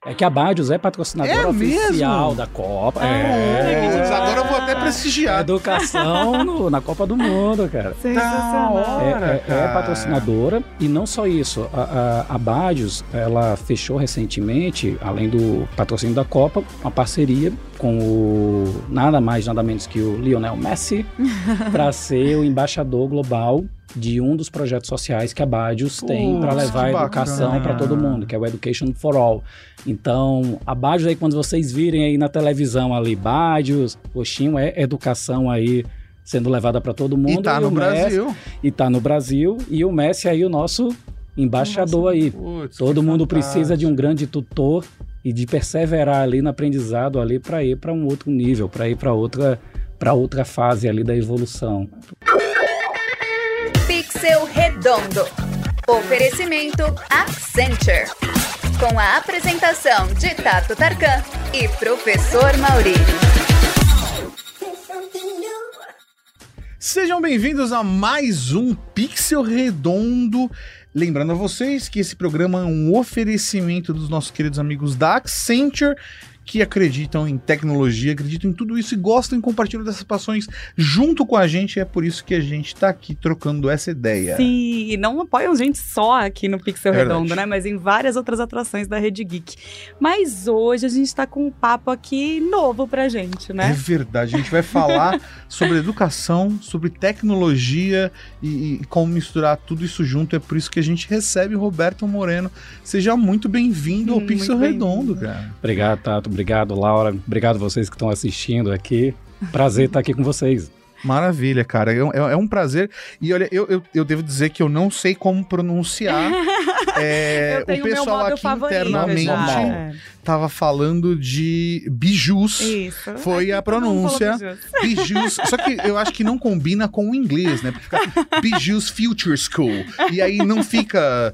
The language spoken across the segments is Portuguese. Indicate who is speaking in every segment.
Speaker 1: É que a Badius é patrocinadora oficial da Copa.
Speaker 2: Agora eu vou até prestigiar.
Speaker 1: Educação na Copa do Mundo, cara.
Speaker 3: Sensacional.
Speaker 1: É patrocinadora, e não só isso. A Badius, ela fechou recentemente, além do patrocínio da Copa, uma parceria com o nada mais, nada menos que o Lionel Messi, para ser o embaixador global de um dos projetos sociais que a Badius tem para levar a educação para todo mundo, que é o Education for All. Então, a Badius aí, quando vocês virem aí na televisão ali, Badius, Roxinho, é educação aí sendo levada para todo mundo.
Speaker 2: E tá no Brasil.
Speaker 1: E tá no Brasil, e o Messi aí o nosso embaixador aí. Todo mundo precisa de um grande tutor e de perseverar ali no aprendizado ali para ir para um outro nível, para ir para outra fase ali da evolução.
Speaker 4: Pixel Redondo. Oferecimento Accenture. Com a apresentação de Tato Tarkan e Professor Mauri.
Speaker 2: Sejam bem-vindos a mais um Pixel Redondo. Lembrando a vocês que esse programa é um oferecimento dos nossos queridos amigos da Accenture, que acreditam em tecnologia, acreditam em tudo isso e gostam e compartilham dessas paixões junto com a gente. É por isso que a gente tá aqui trocando essa ideia.
Speaker 3: Sim, e não apoiam a gente só aqui no Pixel Redondo, né? Mas em várias outras atrações da Rede Geek. Mas hoje a gente tá com um papo aqui novo pra gente, né?
Speaker 2: É verdade, a gente vai falar sobre educação, sobre tecnologia e como misturar tudo isso junto. É por isso que a gente recebe o Roberto Moreno. Seja muito bem-vindo ao Pixel Redondo, cara.
Speaker 1: Obrigado, Tato. Obrigado, Laura. Obrigado a vocês que estão assistindo aqui. Prazer estar aqui com vocês.
Speaker 2: Maravilha, cara. É um prazer. E olha, eu devo dizer que eu não sei como pronunciar. O pessoal aqui internamente tava falando de bijus.
Speaker 3: Isso.
Speaker 2: Foi a pronúncia. Bijus. Só que eu acho que não combina com o inglês, né? Porque fica Bijus Future School. E aí não fica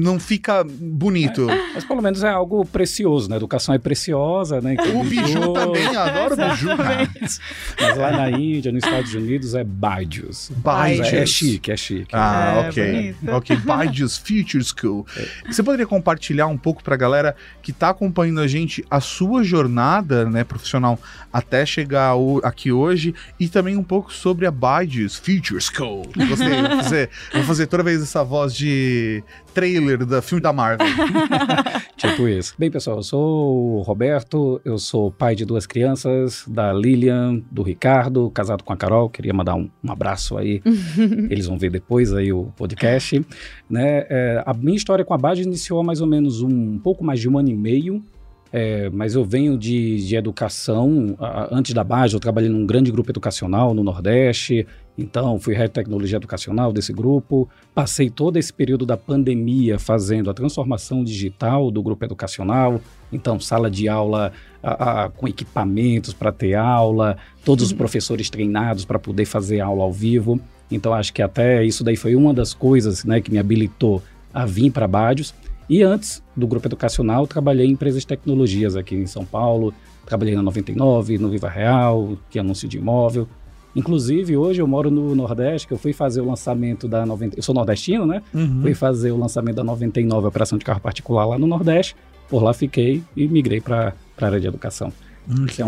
Speaker 2: bonito.
Speaker 1: Mas pelo menos é algo precioso, né? A educação é preciosa, né? Então,
Speaker 2: o biju também, eu adoro o biju.
Speaker 1: Mas lá na Índia, nos Estados Unidos, é Badius.
Speaker 2: Badius.
Speaker 1: É chique.
Speaker 2: Ok. Badius Future School. Você poderia compartilhar um pouco pra galera que tá acompanhando a gente a sua jornada, né, profissional até chegar aqui hoje, e também um pouco sobre a Badius Future School. Gostei. Vou fazer toda vez essa voz de trailer do filme da Marvel.
Speaker 1: Tipo isso. Bem, pessoal, eu sou o Roberto, eu sou pai de 2 crianças, da Lilian, do Ricardo, casado com a Carol. Queria mandar um abraço aí. Eles vão ver depois aí o podcast. Né? A minha história com a Badius iniciou há mais ou menos um pouco mais de 1 ano e meio. Mas eu venho de educação. Antes da Badius, eu trabalhei num grande grupo educacional no Nordeste. Então, fui head de tecnologia educacional desse grupo. Passei todo esse período da pandemia fazendo a transformação digital do grupo educacional. Então, sala de aula com equipamentos para ter aula, todos os professores treinados para poder fazer aula ao vivo. Então, acho que até isso daí foi uma das coisas, né, que me habilitou a vir para a Badius. E antes do grupo educacional, trabalhei em empresas de tecnologias aqui em São Paulo. Trabalhei na 99, no Viva Real, que é anúncio de imóvel. Inclusive, hoje eu moro no Nordeste, que eu fui fazer o lançamento da 99... Eu sou nordestino, né? Fui fazer o lançamento da 99, operação de carro particular lá no Nordeste. Por lá fiquei e migrei para a área de educação. Que é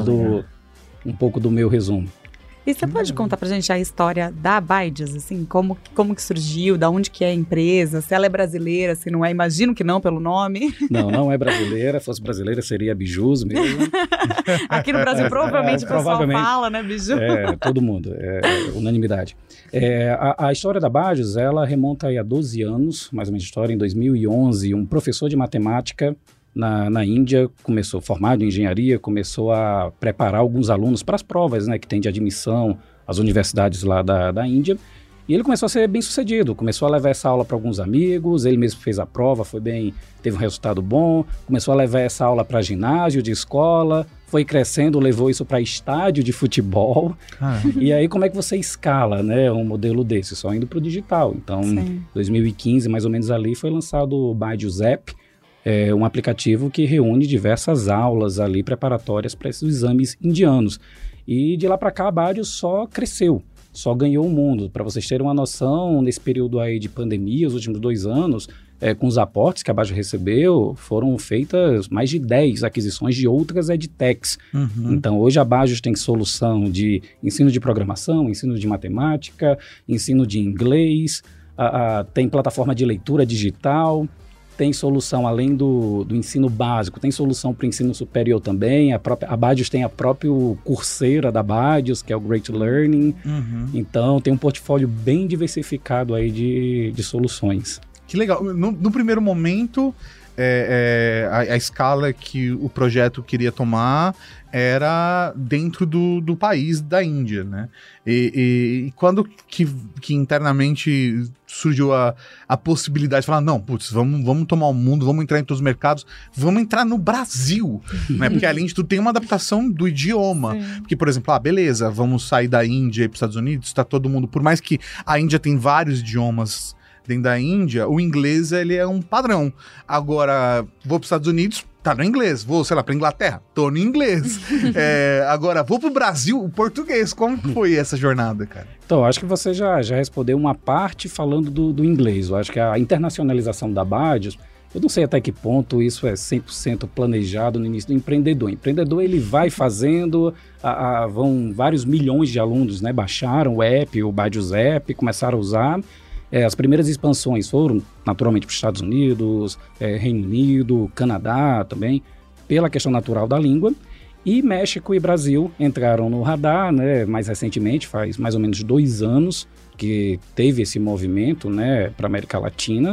Speaker 1: um pouco do meu resumo.
Speaker 3: E você pode contar pra gente a história da Badius, assim, como que surgiu, da onde que é a empresa, se ela é brasileira, se não é, imagino que não pelo nome.
Speaker 1: Não é brasileira, se fosse brasileira seria Bijus mesmo.
Speaker 3: Aqui no Brasil provavelmente o pessoal fala, né, Biju?
Speaker 1: Todo mundo, unanimidade. A história da Badius, ela remonta aí a 12 anos, mais ou menos história, em 2011, um professor de matemática na Índia, começou formado em engenharia, começou a preparar alguns alunos para as provas, né, que tem de admissão às universidades lá da Índia, e ele começou a ser bem sucedido, começou a levar essa aula para alguns amigos, ele mesmo fez a prova, teve um resultado bom, começou a levar essa aula para ginásio de escola, foi crescendo, levou isso para estádio de futebol. E aí como é que você escala, né, um modelo desse? Só indo para o digital. Então, em 2015, mais ou menos ali, foi lançado o Badius App, um aplicativo que reúne diversas aulas ali preparatórias para esses exames indianos. E de lá para cá a Badius só cresceu, só ganhou o mundo. Para vocês terem uma noção, nesse período aí de pandemia, os últimos 2 anos, com os aportes que a Abágio recebeu, foram feitas mais de 10 aquisições de outras edtechs. Então, hoje a Abágio tem solução de ensino de programação, ensino de matemática, ensino de inglês, tem plataforma de leitura digital, tem solução além do ensino básico, tem solução para o ensino superior também. A Abágio tem a própria Coursera da Abágio, que é o Great Learning. Então, tem um portfólio bem diversificado aí de soluções.
Speaker 2: Que legal. No primeiro momento, a escala que o projeto queria tomar era dentro do país da Índia, né? E quando que internamente surgiu a possibilidade de falar, não, putz, vamos tomar o mundo, vamos entrar em todos os mercados, vamos entrar no Brasil, né? Porque além de tudo tem uma adaptação do idioma. Sim. Porque, por exemplo, beleza, vamos sair da Índia e para os Estados Unidos, tá todo mundo, por mais que a Índia tem vários idiomas dentro da Índia, o inglês, ele é um padrão. Agora, vou para os Estados Unidos, tá no inglês. Vou, sei lá, para Inglaterra, tô no inglês. Agora, vou pro Brasil, o português. Como foi essa jornada, cara?
Speaker 1: Então, acho que você já respondeu uma parte falando do inglês. Eu acho que a internacionalização da Abágio, eu não sei até que ponto isso é 100% planejado no início do empreendedor. O empreendedor, ele vai fazendo, vão vários milhões de alunos, né? Baixaram o app, o Abágio App, começaram a usar. As primeiras expansões foram, naturalmente, para os Estados Unidos, Reino Unido, Canadá também, pela questão natural da língua. E México e Brasil entraram no radar, né, mais recentemente, faz mais ou menos 2 anos que teve esse movimento, né, para a América Latina.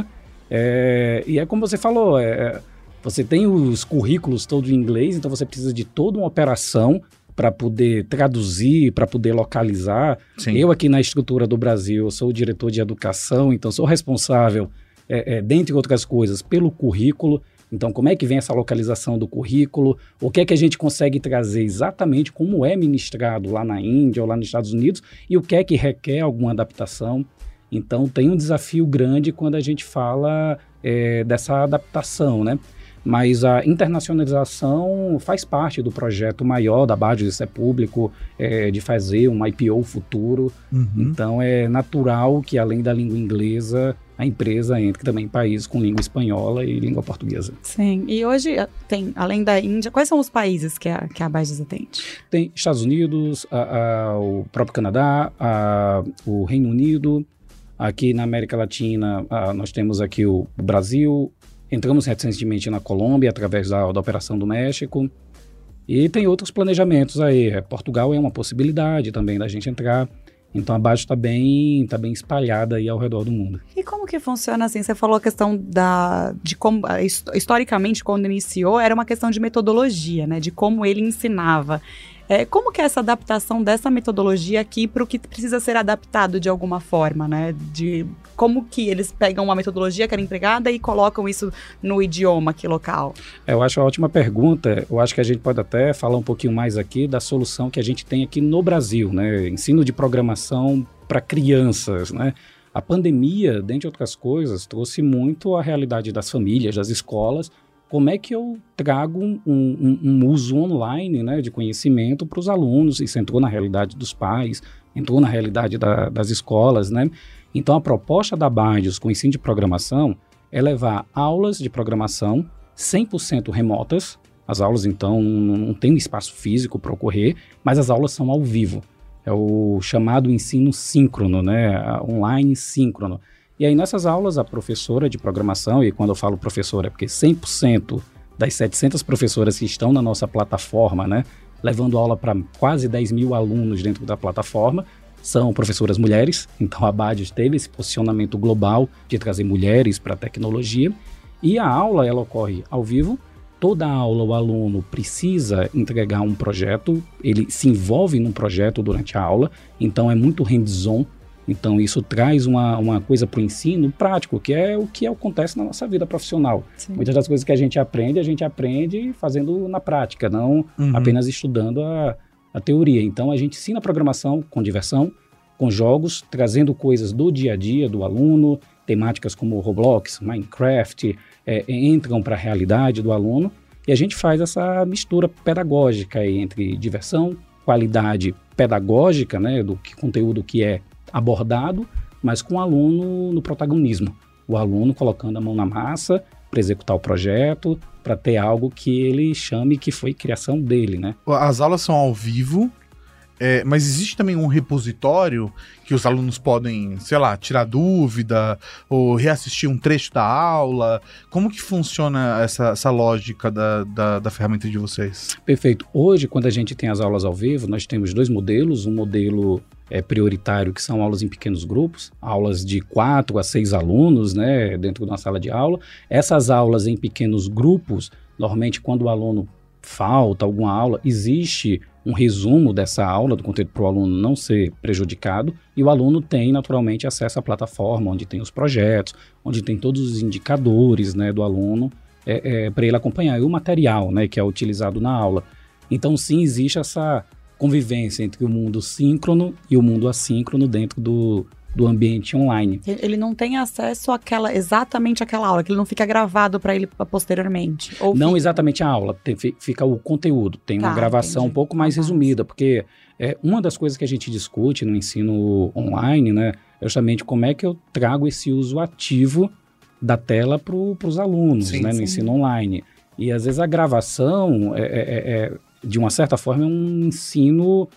Speaker 1: E é como você falou, você tem os currículos todos em inglês, então você precisa de toda uma operação para poder traduzir, para poder localizar. Sim. Eu aqui na estrutura do Brasil, sou o diretor de educação, então sou responsável, dentre outras coisas, pelo currículo. Então, como é que vem essa localização do currículo? O que é que a gente consegue trazer exatamente como é ministrado lá na Índia ou lá nos Estados Unidos e o que é que requer alguma adaptação? Então, tem um desafio grande quando a gente fala dessa adaptação, né? Mas a internacionalização faz parte do projeto maior da Abágio, isso é público, de fazer um IPO futuro. Então, é natural que, além da língua inglesa, a empresa entre também em países com língua espanhola e língua portuguesa.
Speaker 3: Sim, e hoje tem, além da Índia, quais são os países que a Abágio atende?
Speaker 1: Tem Estados Unidos, o próprio Canadá, o Reino Unido. Aqui na América Latina, nós temos aqui o Brasil. Entramos recentemente na Colômbia, através da Operação do México. E tem outros planejamentos aí. Portugal é uma possibilidade também da gente entrar. Então, a Abágio está bem espalhada aí ao redor do mundo.
Speaker 3: E como que funciona assim? Você falou a questão de como, historicamente, quando iniciou, era uma questão de metodologia, né? De como ele ensinava. Como que é essa adaptação dessa metodologia aqui para o que precisa ser adaptado de alguma forma, né? De como que eles pegam uma metodologia que era empregada e colocam isso no idioma aqui local?
Speaker 1: Eu acho uma ótima pergunta. Eu acho que a gente pode até falar um pouquinho mais aqui da solução que a gente tem aqui no Brasil, né? Ensino de programação para crianças, né? A pandemia, dentre outras coisas, trouxe muito a realidade das famílias, das escolas. Como é que eu trago um uso online, né, de conhecimento para os alunos? Isso entrou na realidade dos pais, entrou na realidade das escolas, né? Então, a proposta da Abágio com ensino de programação é levar aulas de programação 100% remotas. As aulas, então, não tem um espaço físico para ocorrer, mas as aulas são ao vivo. É o chamado ensino síncrono, né? Online síncrono. E aí, nessas aulas, a professora de programação, e quando eu falo professora, é porque 100% das 700 professoras que estão na nossa plataforma, né, levando aula para quase 10 mil alunos dentro da plataforma, são professoras mulheres. Então, a Abágio teve esse posicionamento global de trazer mulheres para a tecnologia. E a aula, ela ocorre ao vivo. Toda aula, o aluno precisa entregar um projeto, ele se envolve num projeto durante a aula, então é muito hands-on. Então, isso traz uma coisa para o ensino prático, que é o que acontece na nossa vida profissional. Sim. Muitas das coisas que a gente aprende fazendo na prática, não apenas estudando a teoria. Então, a gente ensina a programação com diversão, com jogos, trazendo coisas do dia a dia do aluno, temáticas como Roblox, Minecraft, entram para a realidade do aluno, e a gente faz essa mistura pedagógica aí entre diversão, qualidade pedagógica, né, do conteúdo que é abordado, mas com o aluno no protagonismo. o aluno colocando a mão na massa para executar o projeto, para ter algo que ele chame que foi criação dele, né?
Speaker 2: As aulas são ao vivo, mas existe também um repositório que os alunos podem, sei lá, tirar dúvida ou reassistir um trecho da aula. Como que funciona essa lógica da ferramenta de vocês?
Speaker 1: Perfeito. Hoje, quando a gente tem as aulas ao vivo, nós temos 2 modelos. Um modelo prioritário, que são aulas em pequenos grupos, aulas de 4 a 6 alunos, né, dentro de uma sala de aula. Essas aulas em pequenos grupos, normalmente quando o aluno falta alguma aula, existe um resumo dessa aula, do conteúdo para o aluno não ser prejudicado, e o aluno tem naturalmente acesso à plataforma, onde tem os projetos, onde tem todos os indicadores, né, do aluno, para ele acompanhar, e o material, né, que é utilizado na aula. Então sim, existe essa convivência entre o mundo síncrono e o mundo assíncrono dentro do ambiente online.
Speaker 3: Ele não tem acesso exatamente àquela aula, que ele não fica gravado para ele posteriormente? Ou
Speaker 1: não
Speaker 3: fica?
Speaker 1: Exatamente a aula, fica o conteúdo, tem uma gravação um pouco mais resumida, porque uma das coisas que a gente discute no ensino online, né, é justamente como é que eu trago esse uso ativo da tela para os alunos, né, no ensino online. E às vezes a gravação de uma certa forma, é um ensino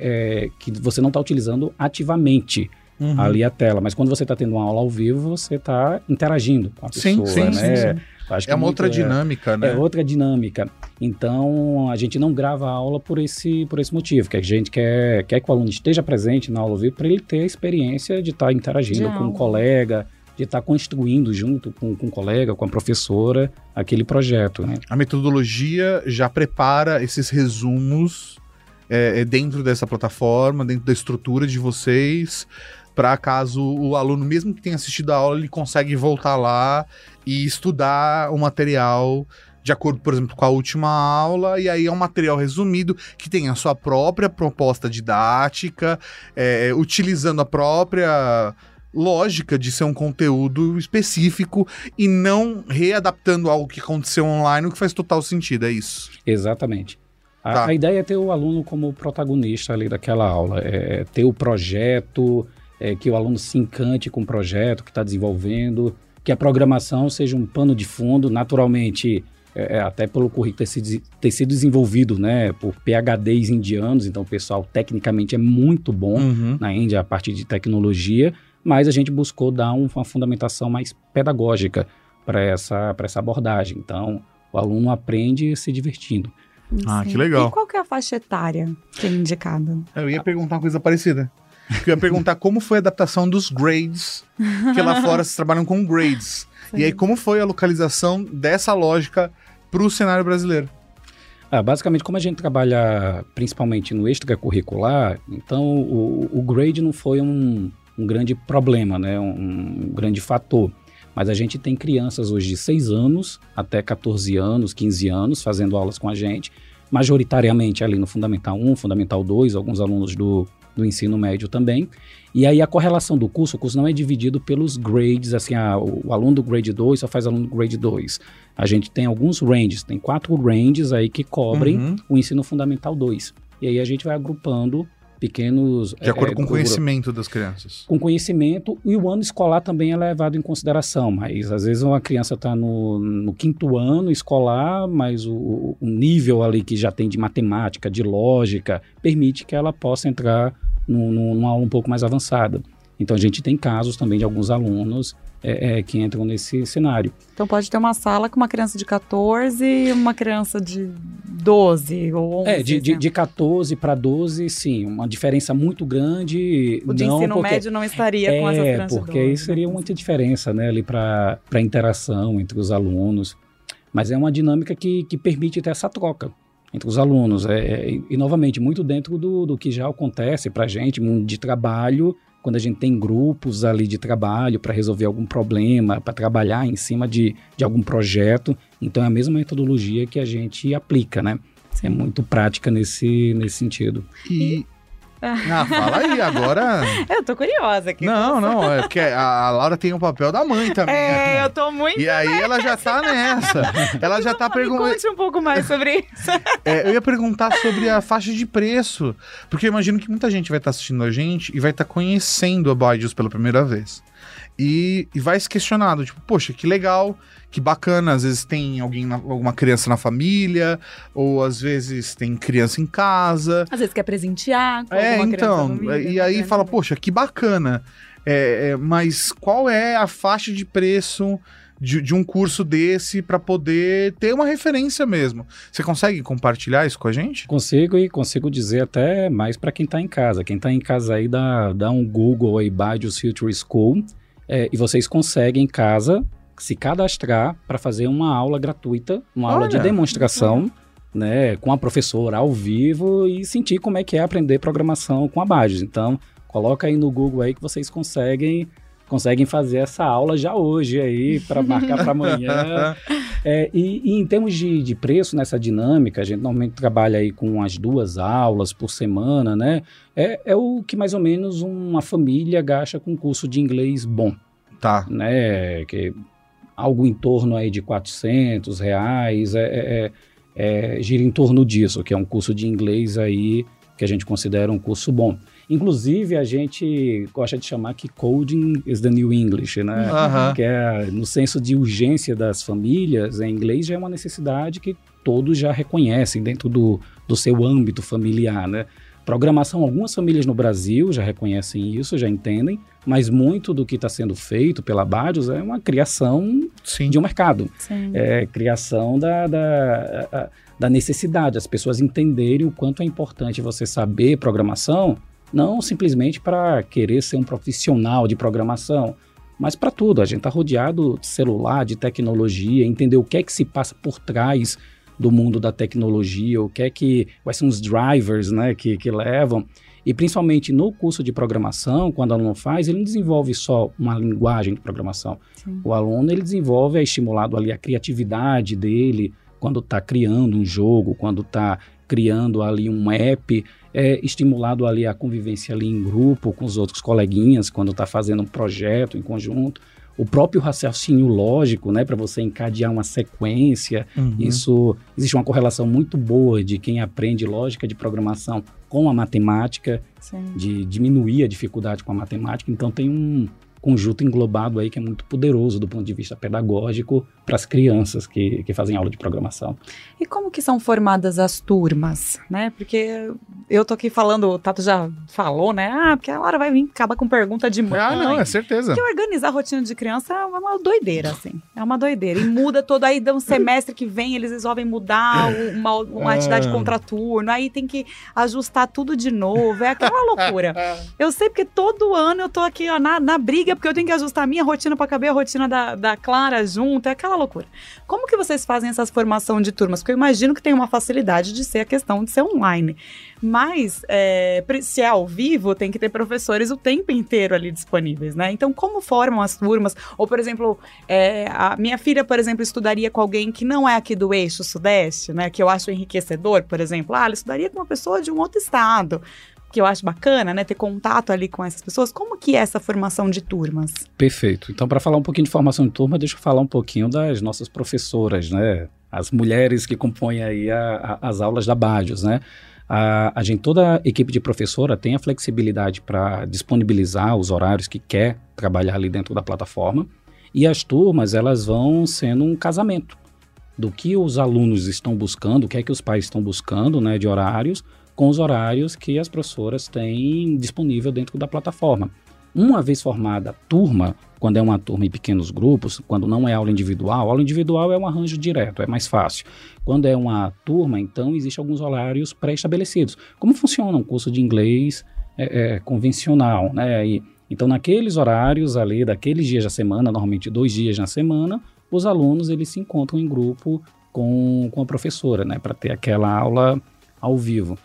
Speaker 1: que você não está utilizando ativamente ali a tela. Mas quando você está tendo uma aula ao vivo, você está interagindo com a pessoa,
Speaker 2: sim.
Speaker 1: Acho que
Speaker 2: é uma outra dinâmica, né?
Speaker 1: É outra dinâmica. Então, a gente não grava a aula por esse motivo, que a gente quer que o aluno esteja presente na aula ao vivo para ele ter a experiência de estar interagindo com um colega, de estar construindo junto com o colega, com a professora, aquele projeto, né?
Speaker 2: A metodologia já prepara esses resumos dentro dessa plataforma, dentro da estrutura de vocês, para caso o aluno, mesmo que tenha assistido a aula, ele consegue voltar lá e estudar o material de acordo, por exemplo, com a última aula, e aí é um material resumido que tem a sua própria proposta didática, utilizando a própria lógica de ser um conteúdo específico e não readaptando algo que aconteceu online, o que faz total sentido, é isso?
Speaker 1: Exatamente. A ideia é ter o aluno como protagonista ali daquela aula, ter o projeto, que o aluno se encante com o projeto que está desenvolvendo, que a programação seja um pano de fundo, naturalmente, até pelo currículo ter sido desenvolvido, né, por PhDs indianos, então o pessoal tecnicamente é muito bom na Índia a partir de tecnologia, mas a gente buscou dar uma fundamentação mais pedagógica para essa abordagem. Então, o aluno aprende se divertindo.
Speaker 2: Ah, que legal.
Speaker 3: E qual que é a faixa etária que é indicada?
Speaker 2: Eu ia perguntar uma coisa parecida. Eu ia perguntar como foi a adaptação dos grades, que lá fora vocês trabalham com grades. Sim. E aí, como foi a localização dessa lógica para o cenário brasileiro?
Speaker 1: Basicamente, como a gente trabalha principalmente no extracurricular, então o grade não foi um grande problema, né? Um grande fator. Mas a gente tem crianças hoje de 6 anos até 14 anos, 15 anos, fazendo aulas com a gente, majoritariamente ali no Fundamental 1, Fundamental 2, alguns alunos do ensino médio também. E aí a correlação do curso, o curso não é dividido pelos grades, assim, o aluno do grade 2 só faz aluno do grade 2. A gente tem alguns ranges, tem 4 ranges aí que cobrem o ensino Fundamental 2. E aí a gente vai agrupando pequenos...
Speaker 2: De acordo com o conhecimento das crianças.
Speaker 1: Com conhecimento, e o ano escolar também é levado em consideração, mas às vezes uma criança está no 5º ano escolar, mas o nível ali que já tem de matemática, de lógica, permite que ela possa entrar numa aula um pouco mais avançada. Então a gente tem casos também de alguns alunos que entram nesse cenário.
Speaker 3: Então pode ter uma sala com uma criança de 14 e uma criança de 12 ou 11.
Speaker 1: De 14 para 12, sim, uma diferença muito grande.
Speaker 3: O de ensino médio não estaria com essas crianças
Speaker 1: porque
Speaker 3: de 12.
Speaker 1: Aí seria muita diferença, né, ali para a interação entre os alunos. Mas é uma dinâmica que permite ter essa troca entre os alunos. E novamente, muito dentro do que já acontece para a gente, mundo de trabalho, quando a gente tem grupos ali de trabalho para resolver algum problema, para trabalhar em cima de algum projeto. Então, é a mesma metodologia que a gente aplica, né? Sim. É muito prática nesse sentido.
Speaker 2: Fala aí, agora...
Speaker 3: Eu tô curiosa aqui.
Speaker 2: Não, é porque a Laura tem o papel da mãe também.
Speaker 3: Eu tô muito...
Speaker 2: E aí ela já tá nessa. Ela já tá perguntando...
Speaker 3: Me conte um pouco mais sobre isso.
Speaker 2: Eu ia perguntar sobre a faixa de preço, porque eu imagino que muita gente vai estar assistindo a gente e vai estar conhecendo a Byju's pela primeira vez. e vai se questionando, tipo, poxa, que legal, que bacana, às vezes tem alguma criança na família, ou às vezes tem criança em casa.
Speaker 3: Às vezes quer presentear com alguma criança na família.
Speaker 2: E aí fala, poxa, que bacana, mas qual é a faixa de preço de um curso desse para poder ter uma referência mesmo? Você consegue compartilhar isso com a gente?
Speaker 1: Consigo, e consigo dizer até mais para quem está em casa. Quem está em casa aí, dá um Google aí, Badius Future School, e vocês conseguem em casa se cadastrar para fazer uma aula gratuita, uma aula de demonstração, né, com a professora ao vivo e sentir como é que é aprender programação com a Badius. Então, coloca aí no Google aí que vocês conseguem fazer essa aula já hoje aí, para marcar para amanhã. E em termos de preço, nessa dinâmica, a gente normalmente trabalha aí com as 2 aulas por semana, né? É o que mais ou menos uma família gasta com um curso de inglês bom.
Speaker 2: Tá.
Speaker 1: Né? Que algo em torno aí de R$400, gira em torno disso, que é um curso de inglês aí que a gente considera um curso bom. Inclusive, a gente gosta de chamar que coding is the new English, né? Que é no senso de urgência das famílias, em inglês já é uma necessidade que todos já reconhecem dentro do seu âmbito familiar, né? Programação, algumas famílias no Brasil já reconhecem isso, já entendem, mas muito do que está sendo feito pela Badius é uma criação de um mercado. É criação da necessidade, as pessoas entenderem o quanto é importante você saber programação, não simplesmente para querer ser um profissional de programação, mas para tudo. A gente está rodeado de celular, de tecnologia, entender o que é que se passa por trás do mundo da tecnologia, quais são os drivers, né, que levam. E principalmente no curso de programação, quando o aluno faz, ele não desenvolve só uma linguagem de programação. O aluno, ele desenvolve, é estimulado ali a criatividade dele, quando está criando um jogo, quando está criando ali um app, estimulado ali a convivência ali em grupo com os outros coleguinhas, quando está fazendo um projeto em conjunto. O próprio raciocínio lógico, né, para você encadear uma sequência, isso, existe uma correlação muito boa de quem aprende lógica de programação com a matemática, de diminuir a dificuldade com a matemática. Então tem um conjunto englobado aí que é muito poderoso do ponto de vista pedagógico para as crianças que fazem aula de programação.
Speaker 3: E como que são formadas as turmas, né? Porque eu tô aqui falando, o Tato já falou, né? Porque a Lara vai vir, acaba com pergunta de mãe.
Speaker 2: Não, é certeza.
Speaker 3: Porque organizar a rotina de criança é uma doideira, assim. É uma doideira. E muda todo, aí dá um semestre que vem, eles resolvem mudar uma atividade contraturno, aí tem que ajustar tudo de novo. É aquela loucura. Eu sei porque todo ano eu tô aqui, ó, na briga, porque eu tenho que ajustar a minha rotina para caber a rotina da Clara junto, é aquela loucura. Como que vocês fazem essas formação de turmas? Porque eu imagino que tem uma facilidade de ser a questão de ser online, mas se é ao vivo, tem que ter professores o tempo inteiro ali disponíveis, né? Então, como formam as turmas? Ou, por exemplo, a minha filha, por exemplo, estudaria com alguém que não é aqui do eixo sudeste, né? Que eu acho enriquecedor, por exemplo. Ela estudaria com uma pessoa de um outro estado, que eu acho bacana, né, ter contato ali com essas pessoas. Como que é essa formação de turmas?
Speaker 1: Perfeito. Então, para falar um pouquinho de formação de turma, deixa eu falar um pouquinho das nossas professoras, né? As mulheres que compõem aí as aulas da Badius, né? Toda a equipe de professora tem a flexibilidade para disponibilizar os horários que quer trabalhar ali dentro da plataforma. E as turmas, elas vão sendo um casamento do que os alunos estão buscando, o que é que os pais estão buscando, né, de horários, com os horários que as professoras têm disponível dentro da plataforma. Uma vez formada a turma, quando é uma turma em pequenos grupos, quando não é aula individual é um arranjo direto, é mais fácil. Quando é uma turma, então, existem alguns horários pré-estabelecidos. Como funciona um curso de inglês convencional, né? Então, naqueles horários ali, daqueles dias da semana, normalmente 2 dias na semana, os alunos, eles se encontram em grupo com a professora, né? Para ter aquela aula ao vivo.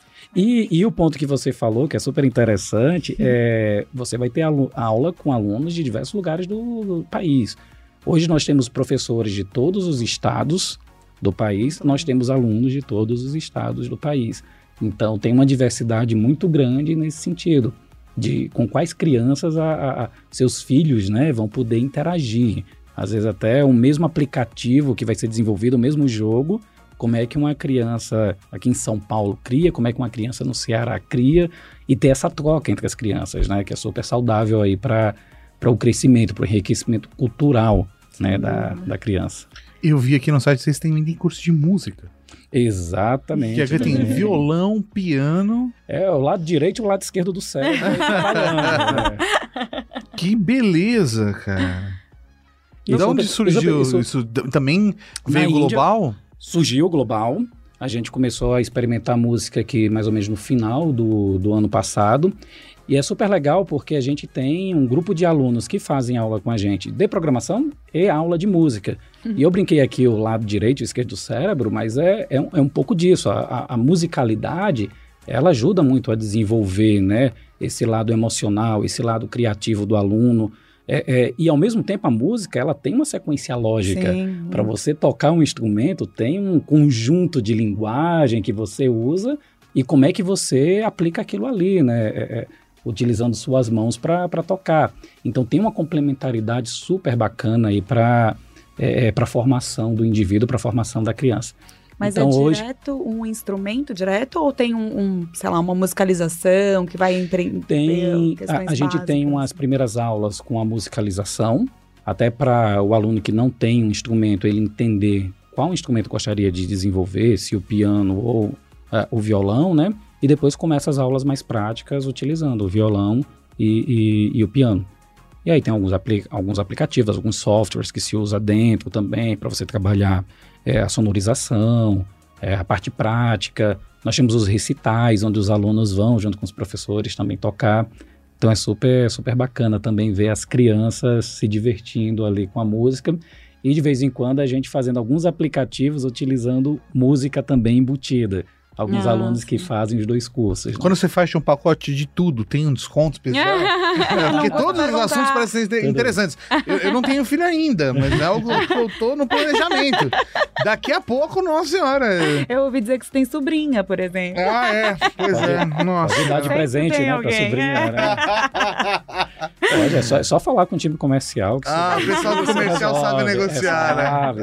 Speaker 1: E o ponto que você falou, que é super interessante, você vai ter aula com alunos de diversos lugares do país. Hoje nós temos professores de todos os estados do país, nós temos alunos de todos os estados do país. Então tem uma diversidade muito grande nesse sentido, de com quais crianças seus filhos, né, vão poder interagir. Às vezes até o mesmo aplicativo que vai ser desenvolvido, o mesmo jogo, como é que uma criança aqui em São Paulo cria, como é que uma criança no Ceará cria, e ter essa troca entre as crianças, né, que é super saudável aí para o crescimento, para o enriquecimento cultural, né, da criança.
Speaker 2: Eu vi aqui no site que vocês também têm curso de música.
Speaker 1: Exatamente.
Speaker 2: Que aqui tem violão, piano.
Speaker 1: É, o lado direito e o lado esquerdo do cérebro trabalhando, né?
Speaker 2: Que beleza, cara. E de onde surgiu isso? Também veio global?
Speaker 1: Surgiu global. A gente começou a experimentar música aqui mais ou menos no final do ano passado. E é super legal porque a gente tem um grupo de alunos que fazem aula com a gente de programação e aula de música. E eu brinquei aqui o lado direito e esquerdo do cérebro, mas é um pouco disso. A musicalidade, ela ajuda muito a desenvolver, né, esse lado emocional, esse lado criativo do aluno. E ao mesmo tempo a música, ela tem uma sequência lógica. Para você tocar um instrumento, tem um conjunto de linguagem que você usa e como é que você aplica aquilo ali, né? Utilizando suas mãos para tocar. Então tem uma complementaridade super bacana aí para a formação do indivíduo, para a formação da criança.
Speaker 3: Mas
Speaker 1: então,
Speaker 3: direto um instrumento direto ou tem sei lá, uma musicalização que vai
Speaker 1: a gente tem umas primeiras aulas com a musicalização, até para o aluno que não tem um instrumento, ele entender qual instrumento gostaria de desenvolver, se o piano ou o violão, né? E depois começa as aulas mais práticas utilizando o violão e o piano. E aí tem alguns aplicativos, alguns softwares que se usa dentro também para você trabalhar a sonorização, a parte prática. Nós temos os recitais, onde os alunos vão, junto com os professores, também tocar. Então é super, super bacana também ver as crianças se divertindo ali com a música. E de vez em quando a gente fazendo alguns aplicativos utilizando música também embutida. Alguns alunos que fazem os dois cursos. Né?
Speaker 2: Quando você fecha um pacote de tudo, tem um desconto especial? Porque todos os assuntos parecem interessantes. Eu não tenho filho ainda, mas é algo que eu tô no planejamento. Daqui a pouco, nossa senhora.
Speaker 3: Eu ouvi dizer que você tem sobrinha, por exemplo.
Speaker 2: Pois é. Nossa.
Speaker 1: Pode dar de presente, né, pra sobrinha. Né? É só falar com o time comercial. Que
Speaker 2: o pessoal do comercial sabe negociar, né?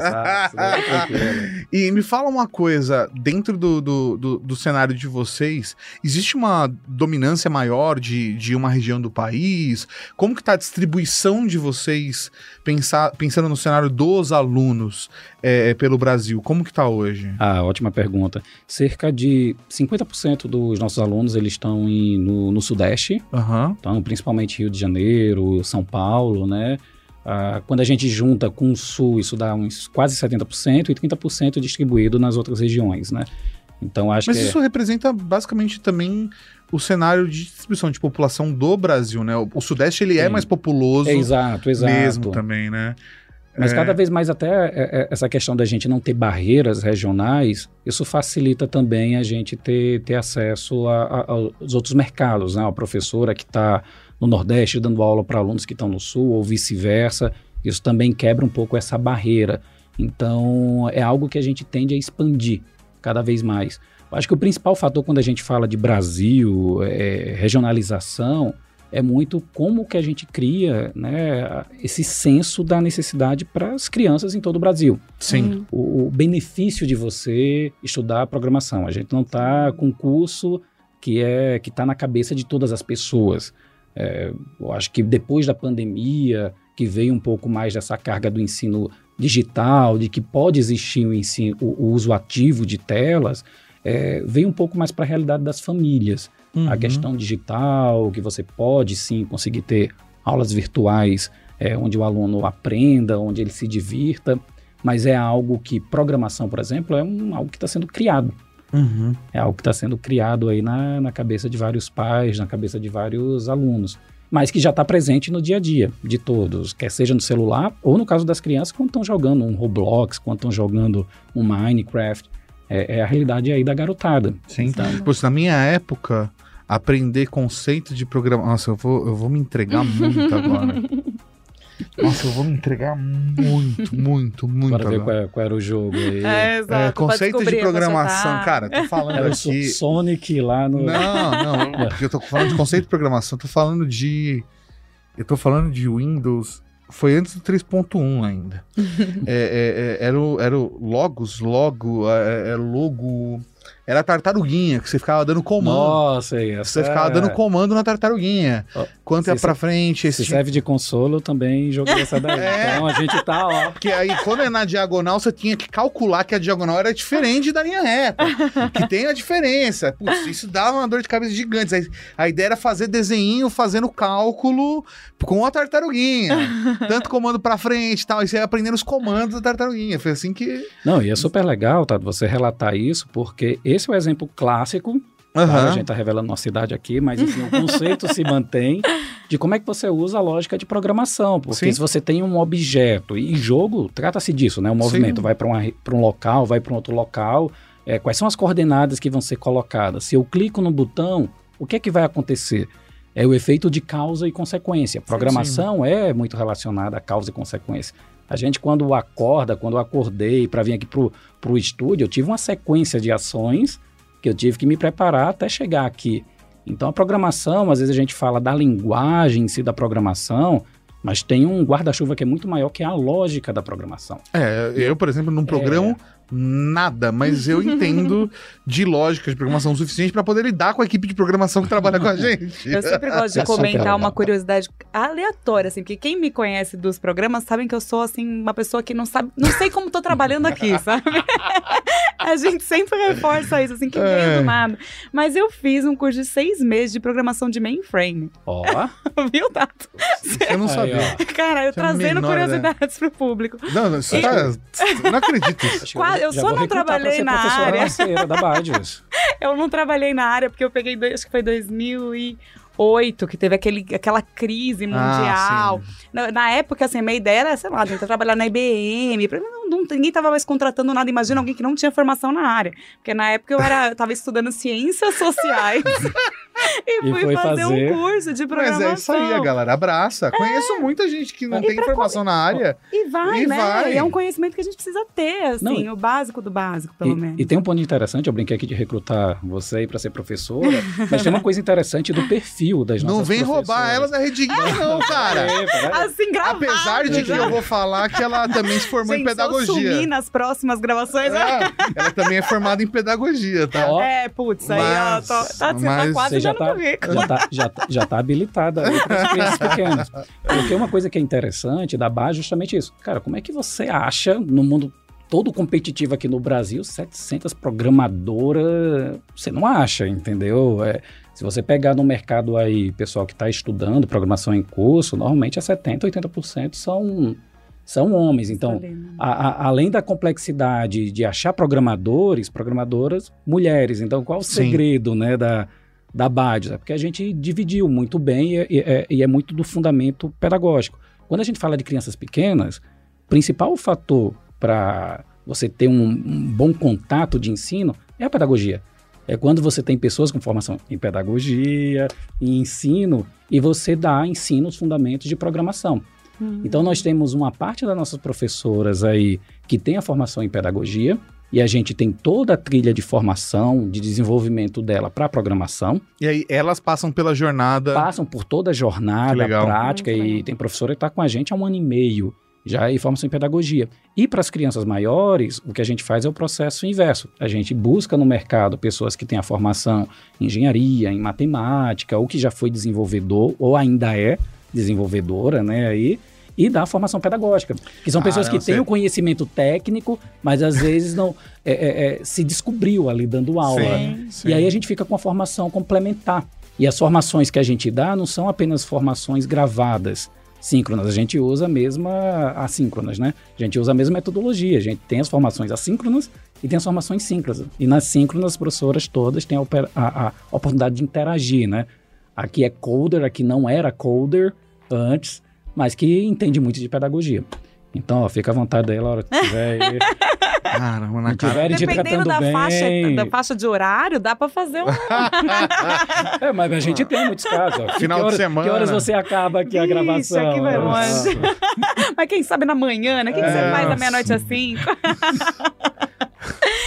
Speaker 2: Sabe. E me fala uma coisa, dentro do cenário de vocês, existe uma dominância maior de uma região do país? Como que está a distribuição de vocês, pensando no cenário dos alunos pelo Brasil? Como que está hoje?
Speaker 1: Ótima pergunta. Cerca de 50% dos nossos alunos, eles estão no Sudeste, então principalmente Rio de Janeiro, São Paulo, né? Quando a gente junta com o Sul, isso dá uns quase 70% e 30% distribuído nas outras regiões, né? Então,
Speaker 2: Mas isso representa basicamente também o cenário de distribuição de população do Brasil, né? O Sudeste, ele é mais populoso.
Speaker 1: Exato.
Speaker 2: Mesmo também, né?
Speaker 1: Mas cada vez mais até essa questão da gente não ter barreiras regionais, isso facilita também a gente ter acesso aos outros mercados, né? A professora que está no Nordeste dando aula para alunos que estão no Sul ou vice-versa, isso também quebra um pouco essa barreira. Então, é algo que a gente tende a expandir cada vez mais. Eu acho que o principal fator quando a gente fala de Brasil, regionalização, é muito como que a gente cria, né, esse senso da necessidade para as crianças em todo o Brasil.
Speaker 2: Sim.
Speaker 1: O benefício de você estudar programação. A gente não está com um curso que está na cabeça de todas as pessoas. Eu acho que depois da pandemia, que veio um pouco mais dessa carga do ensino digital, de que pode existir o uso ativo de telas, veio um pouco mais para a realidade das famílias. A questão digital, que você pode sim conseguir ter aulas virtuais onde o aluno aprenda, onde ele se divirta, mas é algo que, programação, por exemplo, algo que está sendo criado. É algo que está sendo criado aí na cabeça de vários pais, na cabeça de vários alunos, mas que já está presente no dia a dia de todos, quer seja no celular ou no caso das crianças quando estão jogando um Roblox, quando estão jogando um Minecraft. É a realidade aí da garotada.
Speaker 2: Sim. Então, na minha época, aprender conceito de programação... Nossa, eu vou me entregar muito agora. Nossa, eu vou me entregar muito
Speaker 1: Para ver qual era o jogo aí.
Speaker 3: Exato,
Speaker 2: conceito de programação. Cara, tô falando
Speaker 1: era
Speaker 2: aqui...
Speaker 1: o Sonic lá no...
Speaker 2: Não, porque eu tô falando de conceito de programação, eu tô falando de Windows, foi antes do 3.1 ainda. Era o Logos, Logo, era a tartaruguinha, que você ficava dando comando.
Speaker 1: Nossa,
Speaker 2: Você ficava dando comando na tartaruguinha. Quanto ia pra frente...
Speaker 1: Se serve de consolo, eu também joguei essa daí. Então a gente tá, ó...
Speaker 2: Porque aí, quando é na diagonal, você tinha que calcular que a diagonal era diferente da linha reta. Que tem a diferença. Putz, isso dava uma dor de cabeça gigante. Aí, a ideia era fazer desenho, fazendo cálculo com a tartaruguinha. Tanto comando pra frente e tal. E você ia aprendendo os comandos da tartaruguinha. Foi assim que...
Speaker 1: Não, e é super legal, tá, você relatar isso, porque esse é o exemplo clássico. Tá? A gente tá revelando nossa idade aqui, mas enfim, o conceito se mantém de como é que você usa a lógica de programação. Porque se você tem um objeto, e jogo trata-se disso, né? O movimento vai para um local, vai para um outro local. Quais são as coordenadas que vão ser colocadas? Se eu clico no botão, o que é que vai acontecer? É o efeito de causa e consequência. Programação é muito relacionada a causa e consequência. A gente, quando eu acordei para vir aqui pro estúdio, eu tive uma sequência de ações que eu tive que me preparar até chegar aqui. Então, a programação, às vezes a gente fala da linguagem em si da programação, mas tem um guarda-chuva que é muito maior, que é a lógica da programação.
Speaker 2: Eu, por exemplo, não programo nada, mas eu entendo de lógica de programação o suficiente para poder lidar com a equipe de programação que trabalha com a gente.
Speaker 3: Eu sempre gosto de comentar uma curiosidade aleatória, assim, porque quem me conhece dos programas sabem que eu sou, assim, uma pessoa que não sei como tô trabalhando aqui, sabe? A gente sempre reforça isso, assim, que veio do nada. Mas eu fiz um curso de 6 meses de programação de mainframe.
Speaker 1: Ó.
Speaker 3: Viu, Tato?
Speaker 2: Eu não sabia.
Speaker 3: Cara, eu trazendo curiosidades pro público.
Speaker 2: Não, você não acredito nisso.
Speaker 3: Eu só não trabalhei na área.
Speaker 1: Da Badges.
Speaker 3: Eu não trabalhei na área porque eu peguei, acho que foi 2008, que teve aquela crise mundial. Na época, assim, minha ideia era, sei lá, tentar trabalhar na IBM. Ninguém tava mais contratando nada. Imagina alguém que não tinha formação na área. Porque na época eu tava estudando ciências sociais. E fui fazer um curso de programação.
Speaker 2: Mas é isso aí, a galera abraça. Conheço muita gente que não tem formação na área.
Speaker 3: E vai. E é um conhecimento que a gente precisa ter, assim, o básico do básico, pelo menos.
Speaker 1: E tem um ponto interessante, eu brinquei aqui de recrutar você aí pra ser professora, mas tem uma coisa interessante do perfil das nossas professoras.
Speaker 2: Não vem roubar ela da Rede não, cara.
Speaker 3: Assim, gravado.
Speaker 2: Apesar de que eu vou falar que ela também se formou em pedagogia.
Speaker 3: Se eu sumir nas próximas gravações.
Speaker 2: Ela também é formada em pedagogia, tá?
Speaker 3: Putz, aí ela tá quase
Speaker 1: já tá habilitada aí para as crianças pequenas. Porque uma coisa que é interessante da base é justamente isso. Cara, como é que você acha, no mundo todo competitivo aqui no Brasil, 700 programadoras, você não acha, entendeu? Se você pegar no mercado aí, pessoal que está estudando programação em curso, normalmente 70%, 80% são homens. Então, além da complexidade de achar programadoras mulheres. Então, qual o segredo, né, da Badges? É porque a gente dividiu muito bem e é muito do fundamento pedagógico. Quando a gente fala de crianças pequenas, o principal fator para você ter um bom contato de ensino é a pedagogia. É quando você tem pessoas com formação em pedagogia, em ensino, e você dá ensino os fundamentos de programação. Então, nós temos uma parte das nossas professoras aí que tem a formação em pedagogia, e a gente tem toda a trilha de formação, de desenvolvimento dela para programação.
Speaker 2: E aí, elas passam pela jornada...
Speaker 1: Passam por toda a jornada prática, e tem professora que está com a gente há 1 ano e meio, já em formação em pedagogia. E para as crianças maiores, o que a gente faz é o processo inverso. A gente busca no mercado pessoas que têm a formação em engenharia, em matemática, ou que já foi desenvolvedor, ou ainda é desenvolvedora, né, aí, e dá formação pedagógica, que são pessoas que têm o conhecimento técnico, mas às vezes não se descobriu ali dando aula. Sim. E aí a gente fica com a formação complementar. E as formações que a gente dá não são apenas formações gravadas, síncronas, a gente usa a mesma assíncronas, né? A gente usa a mesma metodologia, a gente tem as formações assíncronas e tem as formações síncronas. E nas síncronas, as professoras todas têm a oportunidade de interagir, né? Aqui é coder, aqui não era coder antes, mas que entende muito de pedagogia. Então, ó, fica à vontade aí, Laura, se tiver aí.
Speaker 2: Caramba, na cara.
Speaker 3: Dependendo da faixa de horário, dá pra fazer
Speaker 1: mas a gente tem muitos casos. Ó.
Speaker 2: Final de semana.
Speaker 1: Que horas você acaba aqui a gravação?
Speaker 3: Aqui vai longe. Mas quem sabe na manhã, né? O que você faz da meia-noite às 5?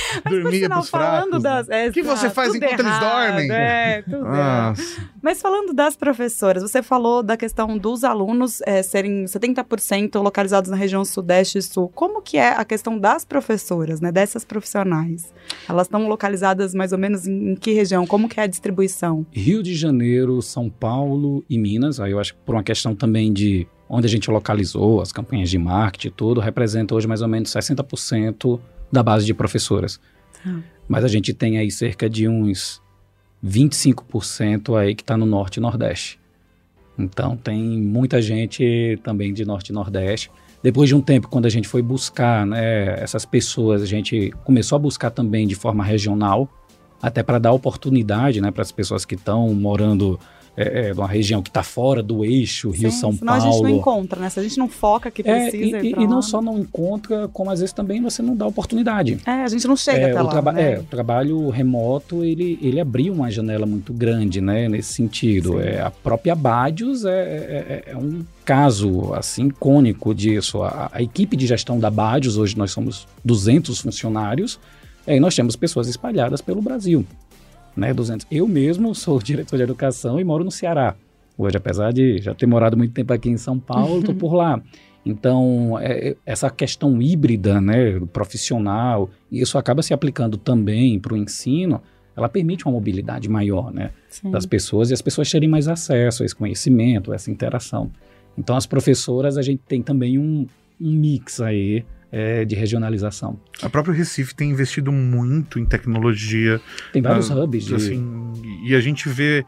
Speaker 2: Dormia pros fracos.
Speaker 3: O
Speaker 2: que você faz enquanto eles dormem?
Speaker 3: Tudo errado. Mas falando das professoras, você falou da questão dos alunos serem 70% localizados na região Sudeste e Sul. Como que é a questão das professoras, né, dessas profissionais? Elas estão localizadas mais ou menos em que região? Como que é a distribuição?
Speaker 1: Rio de Janeiro, São Paulo e Minas. Aí eu acho que por uma questão também de onde a gente localizou as campanhas de marketing e tudo, representa hoje mais ou menos 60% da base de professoras. Mas a gente tem aí cerca de uns 25% aí que está no Norte e Nordeste. Então tem muita gente também de Norte e Nordeste. Depois de um tempo, quando a gente foi buscar, né, essas pessoas, a gente começou a buscar também de forma regional, até para dar oportunidade, né, para as pessoas que estão morando numa região que está fora do eixo Rio-São Paulo.
Speaker 3: Senão a gente não encontra, né? Se a gente não foca que precisa
Speaker 1: e não só não encontra, como às vezes também você não dá oportunidade.
Speaker 3: A gente não chega até lá, né?
Speaker 1: O trabalho remoto, ele abriu uma janela muito grande, né, nesse sentido. A própria Badius é um caso, assim, icônico disso. A equipe de gestão da Badius, hoje nós somos 200 funcionários, e nós temos pessoas espalhadas pelo Brasil. Né, 200. Eu mesmo sou diretor de educação e moro no Ceará. Hoje, apesar de já ter morado muito tempo aqui em São Paulo, estou por lá. Então, essa questão híbrida, né, profissional, isso acaba se aplicando também para o ensino, ela permite uma mobilidade maior, né, das pessoas, e as pessoas terem mais acesso a esse conhecimento, a essa interação. Então, as professoras, a gente tem também um mix aí, de regionalização.
Speaker 2: A própria Recife tem investido muito em tecnologia.
Speaker 1: Tem vários hubs.
Speaker 2: Assim, e a gente vê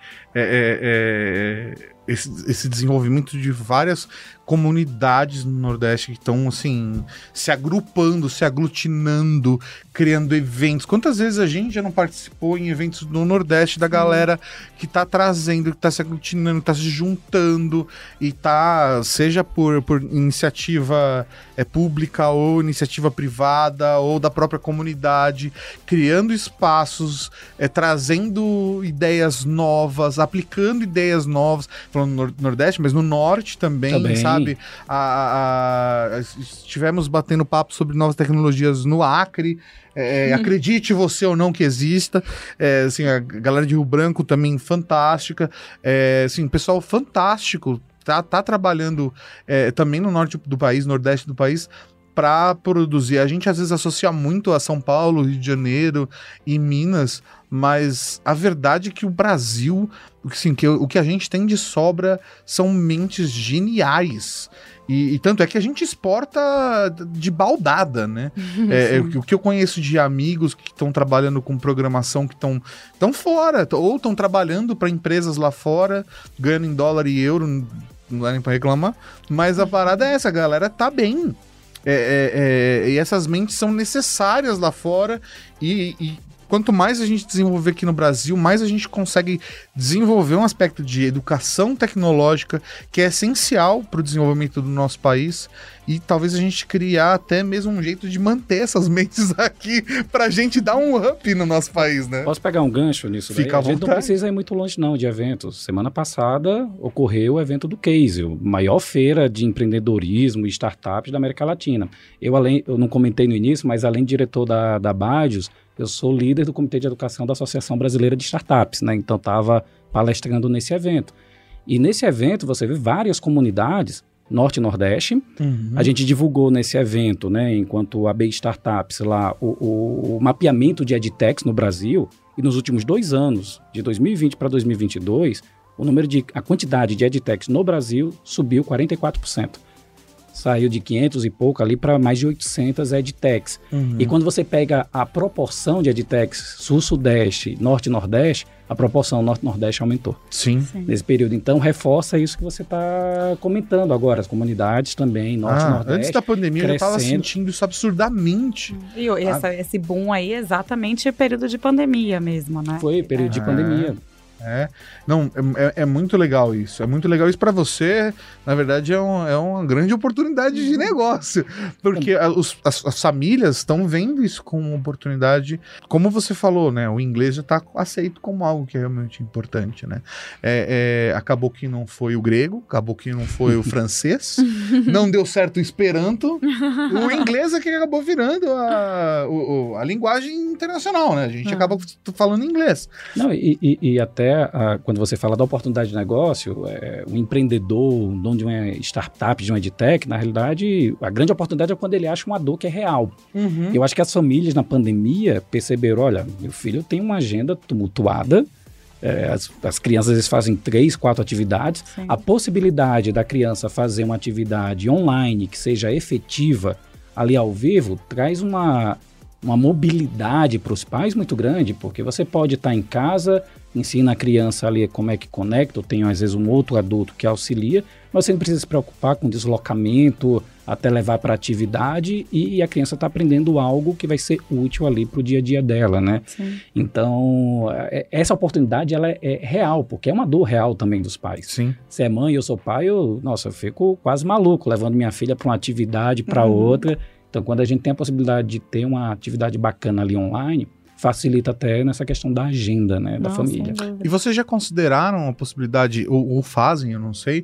Speaker 2: esse desenvolvimento de várias comunidades no Nordeste que estão, assim, se agrupando, se aglutinando, criando eventos. Quantas vezes a gente já não participou em eventos no Nordeste da galera que está trazendo, que está se aglutinando, está se juntando e está, seja por iniciativa pública ou iniciativa privada ou da própria comunidade, criando espaços, trazendo ideias novas, aplicando ideias novas, falando no Nordeste, mas no Norte também. Sabe? Estivemos batendo papo sobre novas tecnologias no Acre. Acredite você ou não que exista. Assim, a galera de Rio Branco também fantástica. Assim, pessoal fantástico. Tá trabalhando também no norte do país, nordeste do país, para produzir. A gente às vezes associa muito a São Paulo, Rio de Janeiro e Minas, mas a verdade é que o Brasil, assim, o que a gente tem de sobra são mentes geniais. E tanto é que a gente exporta de baldada, né? O que eu conheço de amigos que estão trabalhando com programação, que estão fora, ou estão trabalhando para empresas lá fora, ganhando em dólar e euro, não dá nem para reclamar, mas a parada é essa, a galera tá bem. E essas mentes são necessárias lá fora e quanto mais a gente desenvolver aqui no Brasil, mais a gente consegue desenvolver um aspecto de educação tecnológica que é essencial para o desenvolvimento do nosso país e talvez a gente criar até mesmo um jeito de manter essas mentes aqui para a gente dar um up no nosso país, né?
Speaker 1: Posso pegar um gancho nisso?
Speaker 2: Fica à vontade.
Speaker 1: A gente não precisa ir muito longe não de eventos. Semana passada ocorreu o evento do Case, a maior feira de empreendedorismo e startups da América Latina. Eu não comentei no início, mas além de diretor da Badius, eu sou líder do Comitê de Educação da Associação Brasileira de Startups, né? Então estava palestrando nesse evento. E nesse evento você vê várias comunidades, Norte e Nordeste. A gente divulgou nesse evento, né, enquanto AB Startups, lá, o mapeamento de edtechs no Brasil. E nos últimos 2 anos, de 2020 para 2022, a quantidade de edtechs no Brasil subiu 44%. Saiu de 500 e pouco ali para mais de 800 edtechs. E quando você pega a proporção de edtechs Sul-Sudeste, Norte e Nordeste, a proporção Norte-Nordeste aumentou.
Speaker 2: Sim.
Speaker 1: Nesse período. Então, reforça isso que você está comentando agora. As comunidades também, Norte e Nordeste.
Speaker 2: Antes da pandemia, eu estava sentindo isso absurdamente.
Speaker 3: E esse boom aí é exatamente período de pandemia mesmo, né?
Speaker 1: Foi período de pandemia.
Speaker 2: Não, é muito legal isso. É muito legal isso para você. Na verdade, é uma grande oportunidade de negócio. Porque as famílias estão vendo isso como uma oportunidade. Como você falou, né? O inglês já está aceito como algo que é realmente importante, né? Acabou que não foi o grego, acabou que não foi o francês, não deu certo o esperanto. O inglês é que acabou virando a linguagem internacional, né? A gente acaba falando inglês.
Speaker 1: Não, e até quando você fala da oportunidade de negócio, um empreendedor, o dono de uma startup, de uma edtech, na realidade, a grande oportunidade é quando ele acha uma dor que é real. Eu acho que as famílias na pandemia perceberam, olha, meu filho tem uma agenda tumultuada, as crianças às vezes fazem 3, 4 atividades. Sim. A possibilidade da criança fazer uma atividade online que seja efetiva ali ao vivo traz uma mobilidade para os pais muito grande, porque você pode estar em casa, ensina a criança ali como é que conecta, ou tem às vezes um outro adulto que auxilia, mas você não precisa se preocupar com deslocamento até levar para a atividade, e a criança está aprendendo algo que vai ser útil ali para o dia a dia dela, né? Sim. Então, essa oportunidade ela é real, porque é uma dor real também dos pais.
Speaker 2: Sim.
Speaker 1: Se é mãe, eu sou pai, eu fico quase maluco, levando minha filha para uma atividade, para outra. Então, quando a gente tem a possibilidade de ter uma atividade bacana ali online, facilita até nessa questão da agenda, né, da família.
Speaker 2: E vocês já consideraram a possibilidade, ou fazem, eu não sei,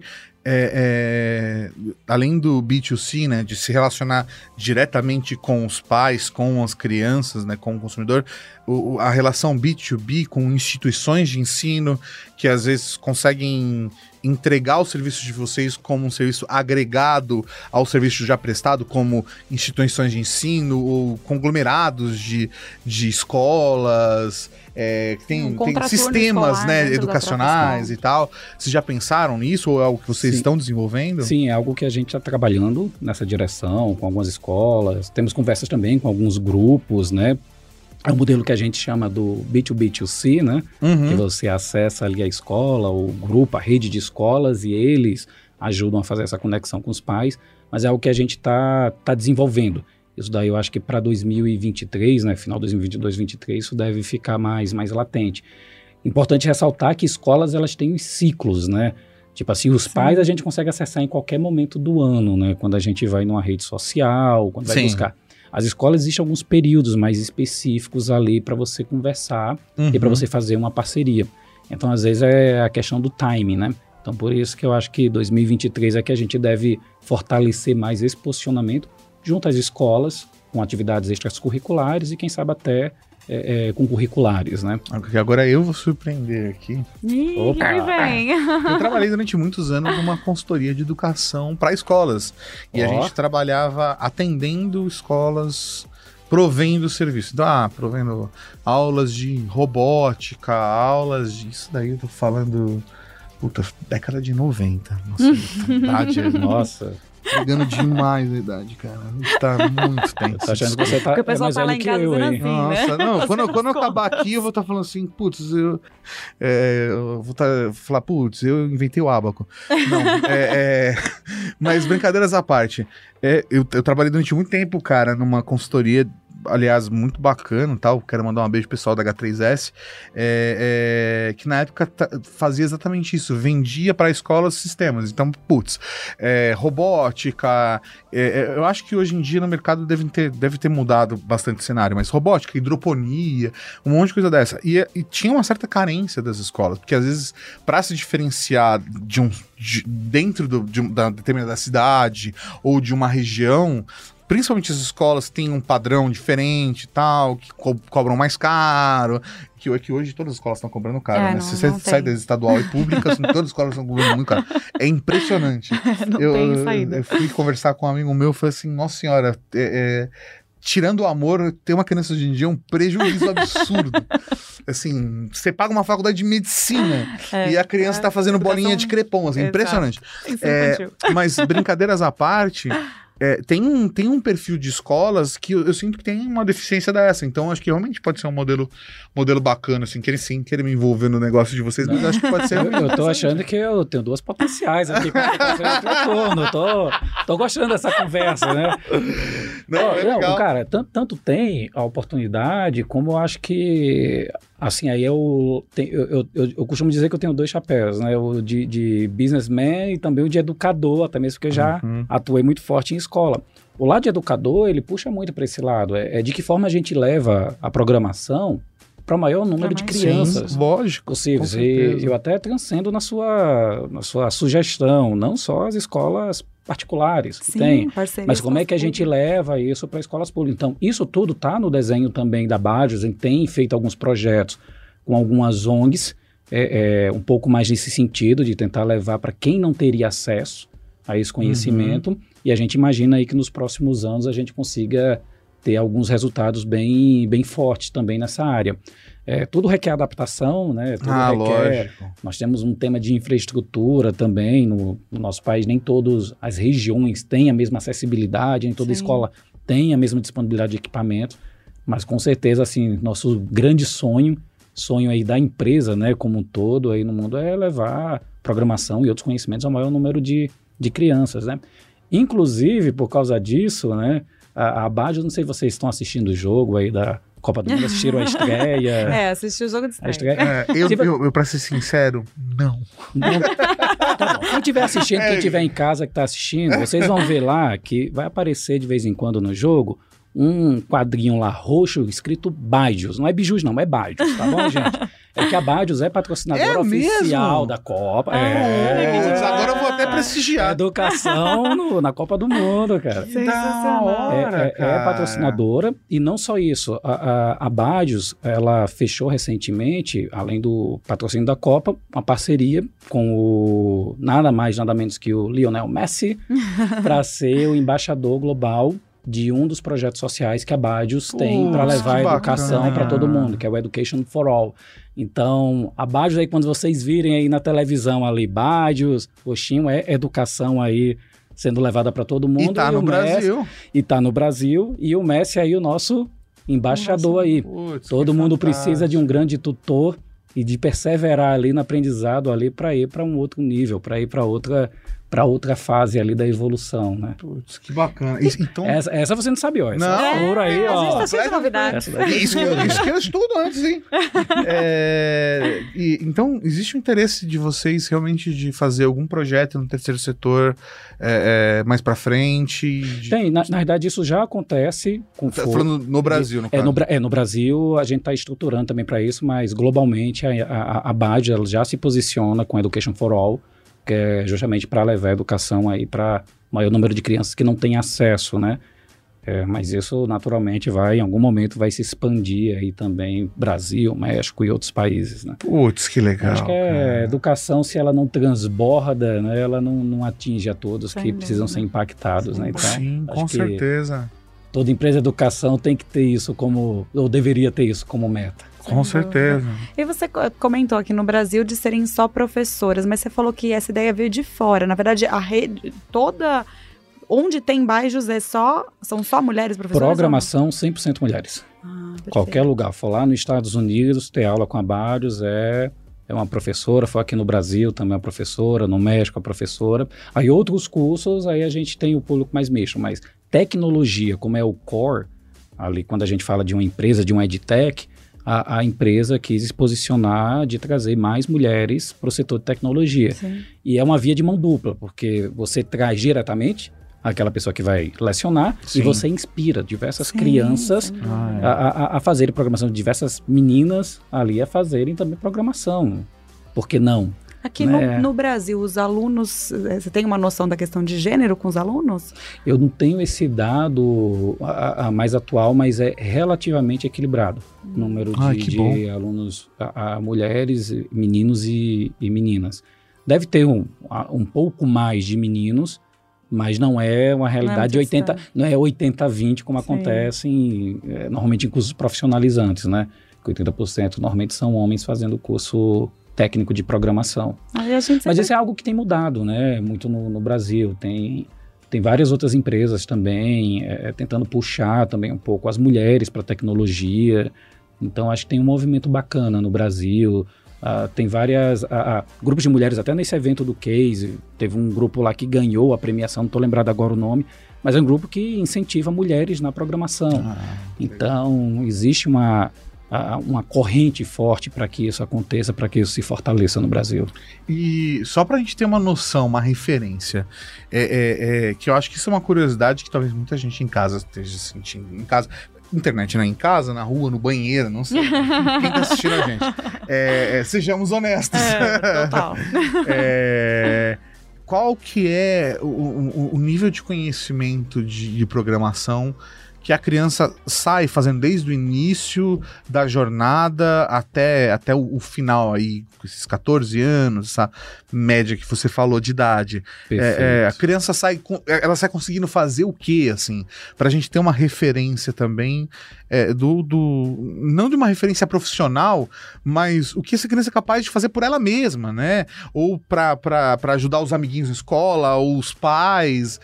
Speaker 2: além do B2C, né, de se relacionar diretamente com os pais, com as crianças, né, com o consumidor, a relação B2B com instituições de ensino que às vezes conseguem entregar os serviços de vocês como um serviço agregado ao serviço já prestado, como instituições de ensino ou conglomerados de escolas, tem sistemas, né, educacionais e tal. Vocês já pensaram nisso ou é algo que vocês estão desenvolvendo?
Speaker 1: Sim, é algo que a gente está trabalhando nessa direção com algumas escolas. Temos conversas também com alguns grupos, né? É um modelo que a gente chama do B2B2C, né? Que você acessa ali a escola, o grupo, a rede de escolas, e eles ajudam a fazer essa conexão com os pais, mas é algo que a gente tá desenvolvendo. Isso daí eu acho que para 2023, né, final de 2022, 2023, isso deve ficar mais latente. Importante ressaltar que escolas, elas têm os ciclos, né? Tipo assim, os pais a gente consegue acessar em qualquer momento do ano, né? Quando a gente vai numa rede social, quando vai buscar. As escolas, existem alguns períodos mais específicos ali para você conversar e para você fazer uma parceria. Então, às vezes, é a questão do timing, né? Então, por isso que eu acho que 2023 é que a gente deve fortalecer mais esse posicionamento junto às escolas, com atividades extracurriculares e, quem sabe, até com curriculares, né?
Speaker 2: Agora eu vou surpreender aqui.
Speaker 3: Opa! Vem.
Speaker 2: Eu trabalhei durante muitos anos numa consultoria de educação para escolas. E a gente trabalhava atendendo escolas, provendo serviço. Então, provendo aulas de robótica, aulas de... Isso daí eu tô falando... década de 90. Nossa, idade, nossa... Pegando demais a idade, cara. Tá muito tempo.
Speaker 1: Tô achando que você tá mais velho que eu, hein?
Speaker 2: Nossa, não. Quando eu acabar aqui, eu vou estar falando assim, eu vou falar, eu inventei o ábaco. Não, mas brincadeiras à parte. Eu trabalhei durante muito tempo, cara, numa consultoria, aliás, muito bacana, tal. Quero mandar um beijo pro pessoal da H3S, que na época fazia exatamente isso, vendia para escolas sistemas. Então, robótica, eu acho que hoje em dia no mercado deve ter mudado bastante o cenário, mas robótica, hidroponia, um monte de coisa dessa. E tinha uma certa carência das escolas, porque às vezes, para se diferenciar dentro da determinada cidade ou de uma região, principalmente as escolas têm um padrão diferente e tal, que cobram mais caro, que hoje todas as escolas estão cobrando caro, né? Se você sai da estadual e pública, assim, todas as escolas estão cobrando muito caro. É impressionante.
Speaker 3: Tem saída.
Speaker 2: Eu fui conversar com um amigo meu e falei assim, nossa senhora, tirando o amor, ter uma criança hoje em dia é um prejuízo absurdo. Assim, você paga uma faculdade de medicina e a criança tá fazendo bolinha de crepom, assim, impressionante. Mas brincadeiras à parte... tem um perfil de escolas que eu sinto que tem uma deficiência dessa, então acho que realmente pode ser um modelo bacana, assim, querer me envolver no negócio de vocês, mas acho que pode ser...
Speaker 1: Eu tô achando que eu tenho duas potenciais aqui, tô gostando dessa conversa, né?
Speaker 2: Não, legal.
Speaker 1: Cara, tanto tem a oportunidade, como eu acho que Assim, aí eu costumo dizer que eu tenho 2 chapéus, né? O de businessman e também o de educador, até mesmo porque eu já atuei muito forte em escola. O lado de educador, ele puxa muito para esse lado. É de que forma a gente leva a programação para o maior número de crianças.
Speaker 2: Sim, lógico.
Speaker 1: Possíveis. E eu até transcendo na sua sugestão, não só as escolas particulares que tem, mas como é que a gente leva isso para escolas públicas. Então, isso tudo está no desenho também da Badios, a gente tem feito alguns projetos com algumas ONGs, um pouco mais nesse sentido, de tentar levar para quem não teria acesso a esse conhecimento, e a gente imagina aí que nos próximos anos a gente consiga ter alguns resultados bem fortes também nessa área. Tudo requer adaptação, né? Tudo requer.
Speaker 2: Lógico.
Speaker 1: Nós temos um tema de infraestrutura também no nosso país. Nem todas as regiões têm a mesma acessibilidade, nem toda escola tem a mesma disponibilidade de equipamento. Mas com certeza, assim, nosso grande sonho aí da empresa, né, como um todo aí no mundo, é levar programação e outros conhecimentos ao maior número de crianças, né? Inclusive, por causa disso, né, a Badios, não sei se vocês estão assistindo o jogo aí da Copa do Mundo, assistiram a estreia.
Speaker 3: Assisti o jogo de estreia.
Speaker 2: Eu pra ser sincero, não.
Speaker 1: Tá bom. Quem estiver assistindo, quem estiver em casa que está assistindo, vocês vão ver lá que vai aparecer de vez em quando no jogo um quadrinho lá roxo escrito Badios. Não é Bijus não, é Badios, tá bom, gente? É que a Badios é patrocinadora oficial da Copa.
Speaker 2: Agora eu vou até prestigiar.
Speaker 1: Educação na Copa do Mundo, cara.
Speaker 3: Sensacional.
Speaker 1: É patrocinadora, e não só isso. A Badios, ela fechou recentemente, além do patrocínio da Copa, uma parceria com nada mais, nada menos que o Lionel Messi, para ser o embaixador global de um dos projetos sociais que a Badios tem para levar a educação para todo mundo, que é o Education for All. Então, a Badios aí, quando vocês virem aí na televisão ali, Badios, Oxinho, é educação aí sendo levada para todo mundo.
Speaker 2: E tá no Brasil.
Speaker 1: E tá no Brasil, e o Messi aí o nosso embaixador aí. Todo mundo precisa de um grande tutor e de perseverar ali no aprendizado ali para ir para um outro nível, para ir para outra fase ali da evolução, né?
Speaker 2: Putz, que bacana. Então...
Speaker 1: Essa você não sabia, ó. Não, aí, ó.
Speaker 3: A gente tá cheio de novidades.
Speaker 2: Isso que eu estudo antes, hein? Então, existe um interesse de vocês realmente de fazer algum projeto no terceiro setor mais pra frente?
Speaker 1: Tem, na verdade, isso já acontece.
Speaker 2: Falando no Brasil, no caso.
Speaker 1: No Brasil, a gente está estruturando também para isso, mas globalmente a Badios ela já se posiciona com Education for All, que é justamente para levar a educação aí para o maior número de crianças que não têm acesso, né? Mas isso, naturalmente, em algum momento vai se expandir aí também, Brasil, México e outros países, né?
Speaker 2: Putz, que legal.
Speaker 1: Acho que a educação, se ela não transborda, né, ela não atinge a todos que precisam ser impactados, né? Então,
Speaker 2: sim, com certeza.
Speaker 1: Toda empresa de educação tem que ter isso ou deveria ter isso como meta.
Speaker 2: Com certeza.
Speaker 3: E você comentou aqui no Brasil de serem só professoras, mas você falou que essa ideia veio de fora. Na verdade, a rede toda, onde tem Badios, são só mulheres professoras?
Speaker 1: Programação 100% mulheres. Qualquer lugar. For lá nos Estados Unidos, ter aula com a Badios é uma professora. For aqui no Brasil também é uma professora, no México é professora. Aí outros cursos, aí a gente tem o público mais misto, mas tecnologia, como é o core, ali quando a gente fala de uma empresa, de um edtech, a empresa quis se posicionar de trazer mais mulheres para o setor de tecnologia. Sim. E é uma via de mão dupla, porque você traz diretamente aquela pessoa que vai lecionar. Sim. E você inspira diversas crianças a fazerem programação, diversas meninas ali a fazerem também programação. Por que não?
Speaker 3: Aqui no Brasil, os alunos, você tem uma noção da questão de gênero com os alunos?
Speaker 1: Eu não tenho esse dado mais atual, mas é relativamente equilibrado. O número de alunos, mulheres, meninos e meninas. Deve ter um pouco mais de meninos, mas não é uma realidade de 80, não é 80-20 como acontece normalmente em cursos profissionalizantes, né? Que 80% normalmente são homens fazendo curso técnico de programação. Mas isso é algo que tem mudado, né? Muito no Brasil. Tem várias outras empresas também tentando puxar também um pouco as mulheres para a tecnologia. Então, acho que tem um movimento bacana no Brasil. Tem várias grupos de mulheres, até nesse evento do Case, teve um grupo lá que ganhou a premiação, não estou lembrado agora o nome, mas é um grupo que incentiva mulheres na programação. Então, existe uma uma corrente forte para que isso aconteça, para que isso se fortaleça no Brasil.
Speaker 2: E só para a gente ter uma noção, uma referência, que eu acho que isso é uma curiosidade que talvez muita gente em casa esteja sentindo. Em casa, internet, né? Em casa, na rua, no banheiro, não sei. Quem tá assistindo a gente? Sejamos honestos.
Speaker 3: Total.
Speaker 2: Qual que é o nível de conhecimento de programação que a criança sai fazendo desde o início da jornada até o final aí, com esses 14 anos, essa média que você falou de idade. A criança sai conseguindo fazer o quê, assim? Pra gente ter uma referência também, não de uma referência profissional, mas o que essa criança é capaz de fazer por ela mesma, né? Ou pra ajudar os amiguinhos na escola, ou os pais.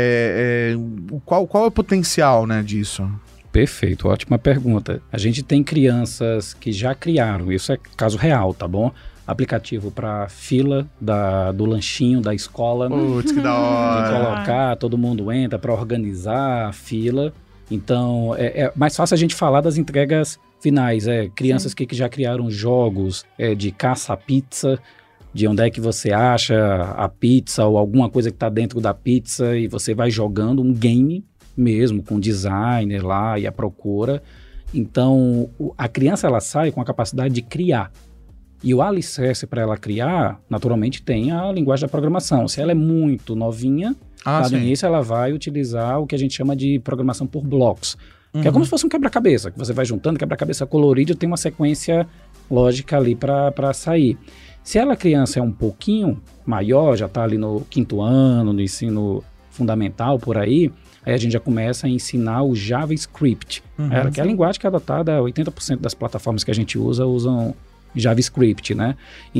Speaker 2: Qual é o potencial, né, disso?
Speaker 1: Perfeito, ótima pergunta. A gente tem crianças que já criaram, isso é caso real, tá bom? Aplicativo para fila do lanchinho da escola.
Speaker 2: Putz, que da hora.
Speaker 1: De colocar, todo mundo entra para organizar a fila. Então, é mais fácil a gente falar das entregas finais. Crianças que já criaram jogos de caça à pizza, de onde é que você acha a pizza ou alguma coisa que está dentro da pizza e você vai jogando um game mesmo, com designer lá e a procura. Então, a criança ela sai com a capacidade de criar. E o alicerce para ela criar, naturalmente, tem a linguagem da programação. Se ela é muito novinha, lá no início ela vai utilizar o que a gente chama de programação por blocos. Que é como se fosse um quebra-cabeça, que você vai juntando, quebra-cabeça colorido, tem uma sequência lógica ali para sair. Se ela criança é um pouquinho maior, já está ali no 5º ano, no ensino fundamental, por aí a gente já começa a ensinar o JavaScript, que é a linguagem que é adotada, 80% das plataformas que a gente usam JavaScript, né?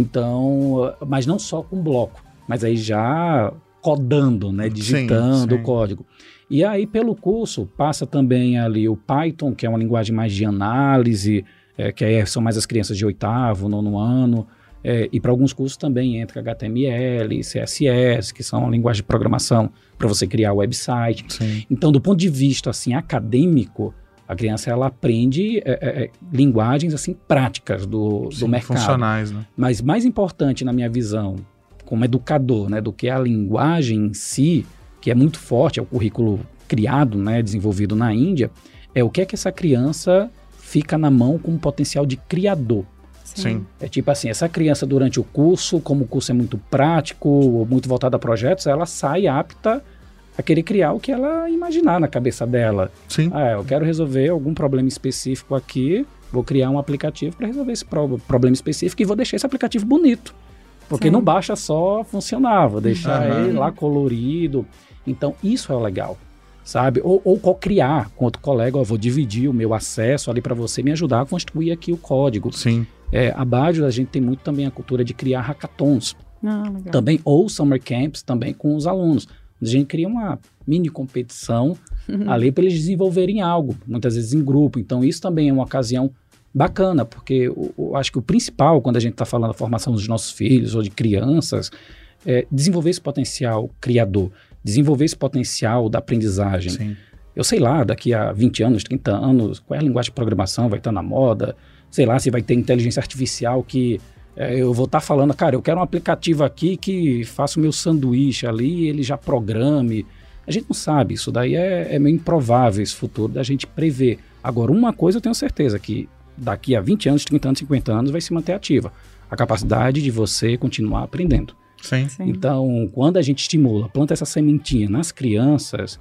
Speaker 1: Então, mas não só com bloco, mas aí já codando, né? Digitando o código. E aí, pelo curso, passa também ali o Python, que é uma linguagem mais de análise, que aí são mais as crianças de 8º, 9º ano, e para alguns cursos também entra HTML, CSS, que são linguagem de programação para você criar website. Sim. Então, do ponto de vista assim, acadêmico, a criança ela aprende linguagens assim, práticas do mercado.
Speaker 2: Funcionais, né?
Speaker 1: Mas mais importante na minha visão, como educador, né, do que a linguagem em si, que é muito forte, é o currículo criado, né, desenvolvido na Índia, é o que é que essa criança fica na mão com um potencial de criador.
Speaker 2: Sim.
Speaker 1: É tipo assim, essa criança durante o curso, como o curso é muito prático, ou muito voltado a projetos, ela sai apta a querer criar o que ela imaginar na cabeça dela.
Speaker 2: Sim.
Speaker 1: Eu quero resolver algum problema específico aqui, vou criar um aplicativo para resolver esse problema específico e vou deixar esse aplicativo bonito. Porque não basta só funcionar, vou deixar ele lá colorido. Então, isso é legal, sabe? Ou co-criar com outro colega, vou dividir o meu acesso ali para você me ajudar a construir aqui o código.
Speaker 2: Sim.
Speaker 1: A Badio, a gente tem muito também a cultura de criar hackathons. Também, ou summer camps, também com os alunos. A gente cria uma mini competição ali para eles desenvolverem algo, muitas vezes em grupo. Então, isso também é uma ocasião bacana, porque eu acho que o principal, quando a gente está falando da formação dos nossos filhos ou de crianças, é desenvolver esse potencial criador, desenvolver esse potencial da aprendizagem.
Speaker 2: Sim.
Speaker 1: Eu sei lá, daqui a 20 anos, 30 anos, qual é a linguagem de programação, vai estar na moda, sei lá, se vai ter inteligência artificial que eu vou estar falando, cara, eu quero um aplicativo aqui que faça o meu sanduíche ali e ele já programe. A gente não sabe, isso daí é meio improvável esse futuro da gente prever. Agora, uma coisa eu tenho certeza, que daqui a 20 anos, 30 anos, 50 anos vai se manter ativa. A capacidade de você continuar aprendendo.
Speaker 2: Sim.
Speaker 1: Então, quando a gente estimula, planta essa sementinha nas crianças,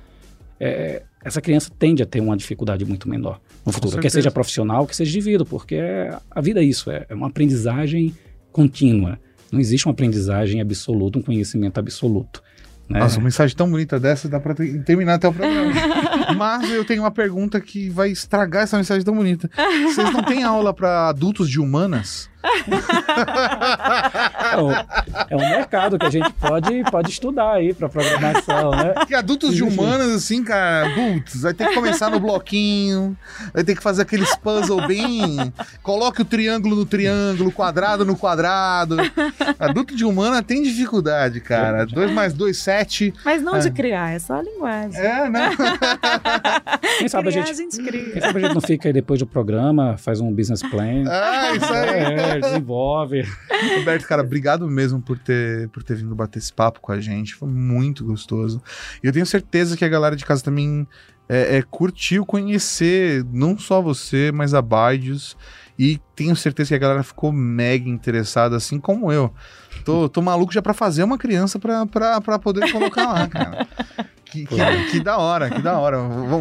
Speaker 1: essa criança tende a ter uma dificuldade muito menor no futuro. Quer seja profissional, quer seja de vida, porque a vida é isso, é uma aprendizagem contínua. Não existe uma aprendizagem absoluta, um conhecimento absoluto. Né?
Speaker 2: Nossa, uma mensagem tão bonita dessa dá pra terminar até o programa. Mas eu tenho uma pergunta que vai estragar essa mensagem tão bonita. Vocês não têm aula para adultos de humanas?
Speaker 1: É um mercado que a gente pode estudar aí para programação, né?
Speaker 2: Que adultos de humanas, assim, cara, putz, vai ter que começar no bloquinho, vai ter que fazer aqueles puzzle bem... Coloque o triângulo no triângulo, quadrado no quadrado. Adulto de humana tem dificuldade, cara. 2 mais 2, 7.
Speaker 3: Mas não de criar, é só a linguagem.
Speaker 2: Né?
Speaker 1: Quem sabe a gente não fica aí depois do programa, faz um business plan.
Speaker 2: Isso aí.
Speaker 1: Desenvolve.
Speaker 2: Roberto, cara, obrigado mesmo por ter vindo bater esse papo com a gente. Foi muito gostoso. E eu tenho certeza que a galera de casa também curtiu conhecer não só você, mas a Baidius. E tenho certeza que a galera ficou mega interessada, assim como eu. Tô maluco já pra fazer uma criança pra poder colocar lá, cara. Que da hora, que da hora.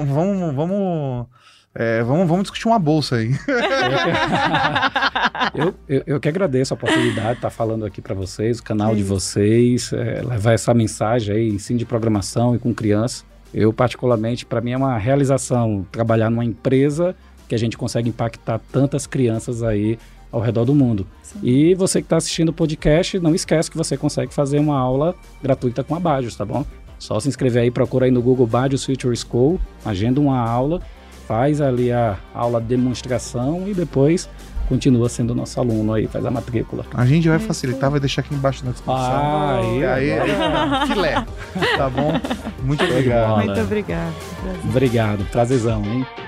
Speaker 2: Vamos discutir uma bolsa aí.
Speaker 1: Eu que agradeço a oportunidade de estar falando aqui para vocês, o canal de vocês, levar essa mensagem aí, ensino de programação e com criança. Eu, particularmente, para mim é uma realização trabalhar numa empresa que a gente consegue impactar tantas crianças aí ao redor do mundo. Sim. E você que está assistindo o podcast, não esquece que você consegue fazer uma aula gratuita com a Baidius, tá bom? Só se inscrever aí, procura aí no Google Baidius Future School, agenda uma aula, faz ali a aula de demonstração e depois continua sendo nosso aluno aí, faz a matrícula.
Speaker 2: A gente vai facilitar, vai deixar aqui embaixo na descrição. Filé. Tá bom? Muito obrigado.
Speaker 3: Muito obrigado.
Speaker 1: Obrigado, prazerzão, hein?